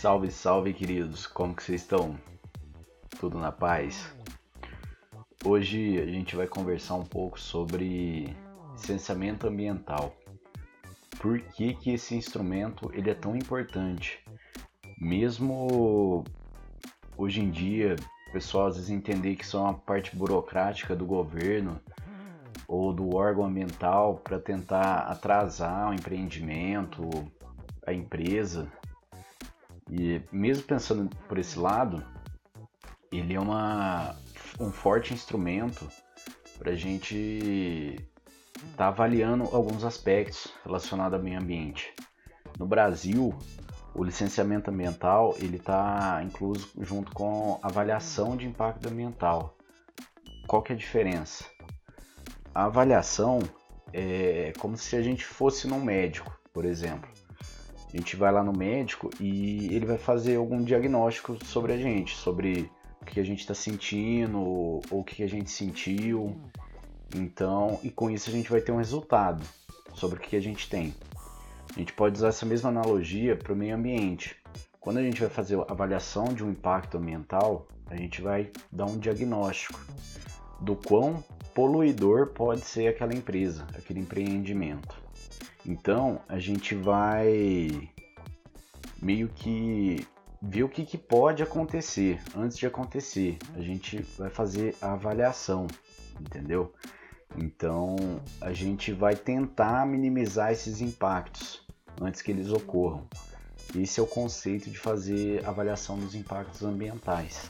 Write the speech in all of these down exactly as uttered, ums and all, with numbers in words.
Salve, salve, queridos! Como que vocês estão? Tudo na paz? Hoje a gente vai conversar um pouco sobre licenciamento ambiental. Por que que esse instrumento ele é tão importante? Mesmo hoje em dia, o pessoal às vezes entender que isso é uma parte burocrática do governo ou do órgão ambiental para tentar atrasar o empreendimento, a empresa. E mesmo pensando por esse lado, ele é uma, um forte instrumento para a gente estar tá avaliando alguns aspectos relacionados ao meio ambiente. No Brasil, o licenciamento ambiental ele está incluso junto com a avaliação de impacto ambiental. Qual que é a diferença? A avaliação é como se a gente fosse num médico, por exemplo. A gente vai lá no médico e ele vai fazer algum diagnóstico sobre a gente, sobre o que a gente está sentindo ou o que a gente sentiu. Então, e com isso a gente vai ter um resultado sobre o que a gente tem. A gente pode usar essa mesma analogia para o meio ambiente. Quando a gente vai fazer a avaliação de um impacto ambiental, a gente vai dar um diagnóstico do quão poluidor pode ser aquela empresa, aquele empreendimento. Então, a gente vai meio que ver o que, que pode acontecer antes de acontecer. A gente vai fazer a avaliação, entendeu? Então, a gente vai tentar minimizar esses impactos antes que eles ocorram. Esse é o conceito de fazer avaliação dos impactos ambientais.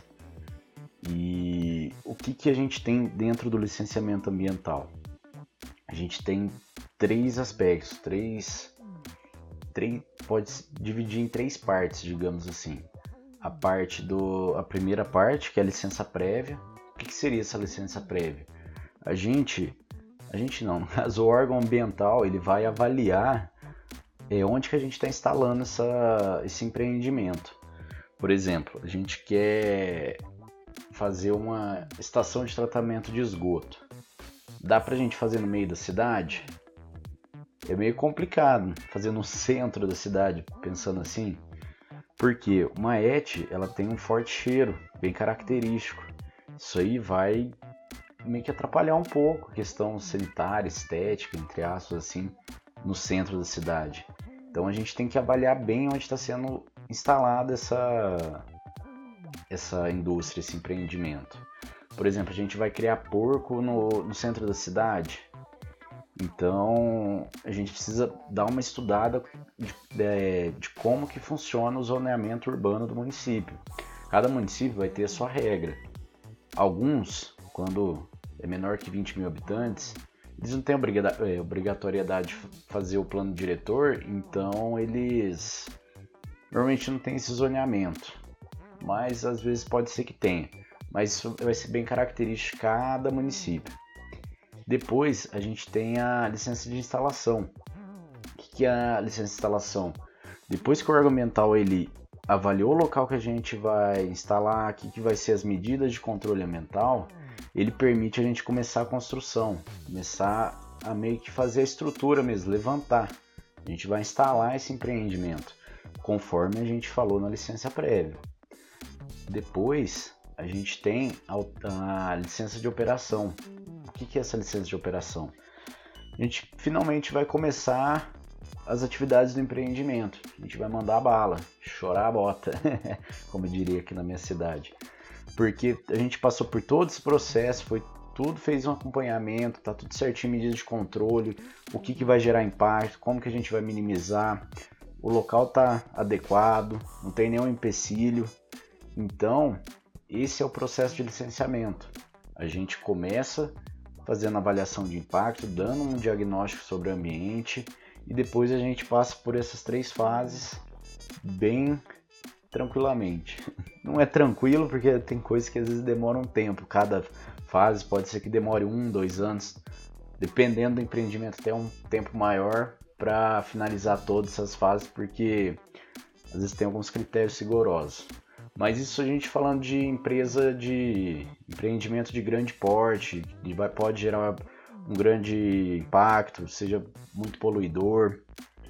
E o que, que a gente tem dentro do licenciamento ambiental? A gente tem três aspectos, três, três, pode se dividir em três partes, digamos assim. A parte do, a primeira parte, que é a licença prévia. O que, que seria essa licença prévia? A gente, a gente não, no caso o órgão ambiental, ele vai avaliar é, onde que a gente está instalando essa, esse empreendimento. Por exemplo, a gente quer fazer uma estação de tratamento de esgoto. Dá pra gente fazer no meio da cidade? É meio complicado fazer no centro da cidade, pensando assim, porque uma E T, ela tem um forte cheiro, bem característico. Isso aí vai meio que atrapalhar um pouco a questão sanitária, estética, entre aspas, assim, no centro da cidade. Então a gente tem que avaliar bem onde está sendo instalada essa, essa indústria, esse empreendimento. Por exemplo, a gente vai criar porco no, no centro da cidade. Então, a gente precisa dar uma estudada de, de, de como que funciona o zoneamento urbano do município. Cada município vai ter a sua regra. Alguns, quando é menor que vinte mil habitantes, eles não têm obrigatoriedade de fazer o plano diretor, então eles normalmente não têm esse zoneamento. Mas às vezes pode ser que tenha. Mas isso vai ser bem característico de cada município. Depois a gente tem a licença de instalação. O que é a licença de instalação? Depois que o órgão ambiental ele avaliou o local que a gente vai instalar, o que, que vai ser as medidas de controle ambiental, ele permite a gente começar a construção, começar a meio que fazer a estrutura mesmo, levantar. A gente vai instalar esse empreendimento, conforme a gente falou na licença prévia. Depois a gente tem a, a licença de operação. O que é essa licença de operação? A gente finalmente vai começar as atividades do empreendimento. A gente vai mandar a bala, chorar a bota, como eu diria aqui na minha cidade. Porque a gente passou por todo esse processo, foi tudo, fez um acompanhamento, tá tudo certinho, medidas de controle, o que, que vai gerar impacto, como que a gente vai minimizar, o local tá adequado, não tem nenhum empecilho. Então, esse é o processo de licenciamento. A gente começa fazendo avaliação de impacto, dando um diagnóstico sobre o ambiente e depois a gente passa por essas três fases bem tranquilamente. Não é tranquilo porque tem coisas que às vezes demoram um tempo, cada fase pode ser que demore um, dois anos, dependendo do empreendimento até um tempo maior para finalizar todas essas fases, porque às vezes tem alguns critérios rigorosos. Mas isso a gente falando de empresa de empreendimento de grande porte, que vai, pode gerar um grande impacto, seja muito poluidor.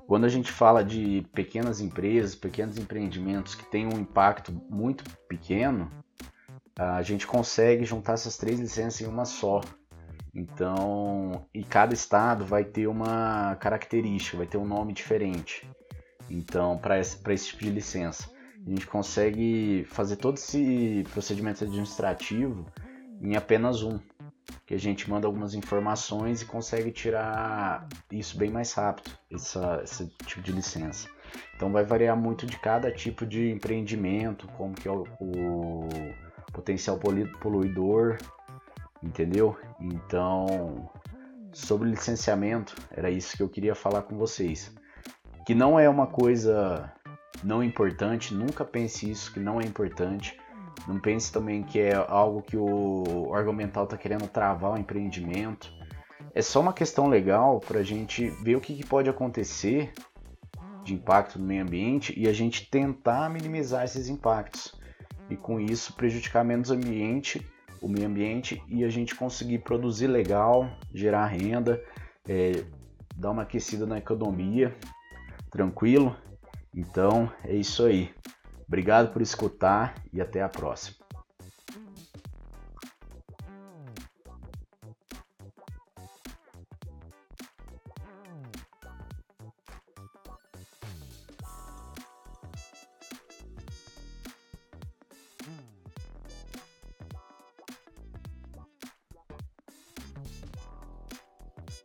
Quando a gente fala de pequenas empresas, pequenos empreendimentos que têm um impacto muito pequeno, a gente consegue juntar essas três licenças em uma só. Então, e cada estado vai ter uma característica, vai ter um nome diferente. Então, para esse, para esse tipo de licença, a gente consegue fazer todo esse procedimento administrativo em apenas um, que a gente manda algumas informações e consegue tirar isso bem mais rápido, essa, esse tipo de licença. Então vai variar muito de cada tipo de empreendimento, como que é o, o potencial poluidor, entendeu? Então, sobre licenciamento, era isso que eu queria falar com vocês. Que não é uma coisa não importante, nunca pense isso, que não é importante. Não pense também que é algo que o órgão ambiental está querendo travar o empreendimento. É só uma questão legal para a gente ver o que, que pode acontecer de impacto no meio ambiente e a gente tentar minimizar esses impactos. E com isso prejudicar menos o ambiente, o meio ambiente e a gente conseguir produzir legal, gerar renda, é, dar uma aquecida na economia, tranquilo? Então é isso aí. Obrigado por escutar e até a próxima.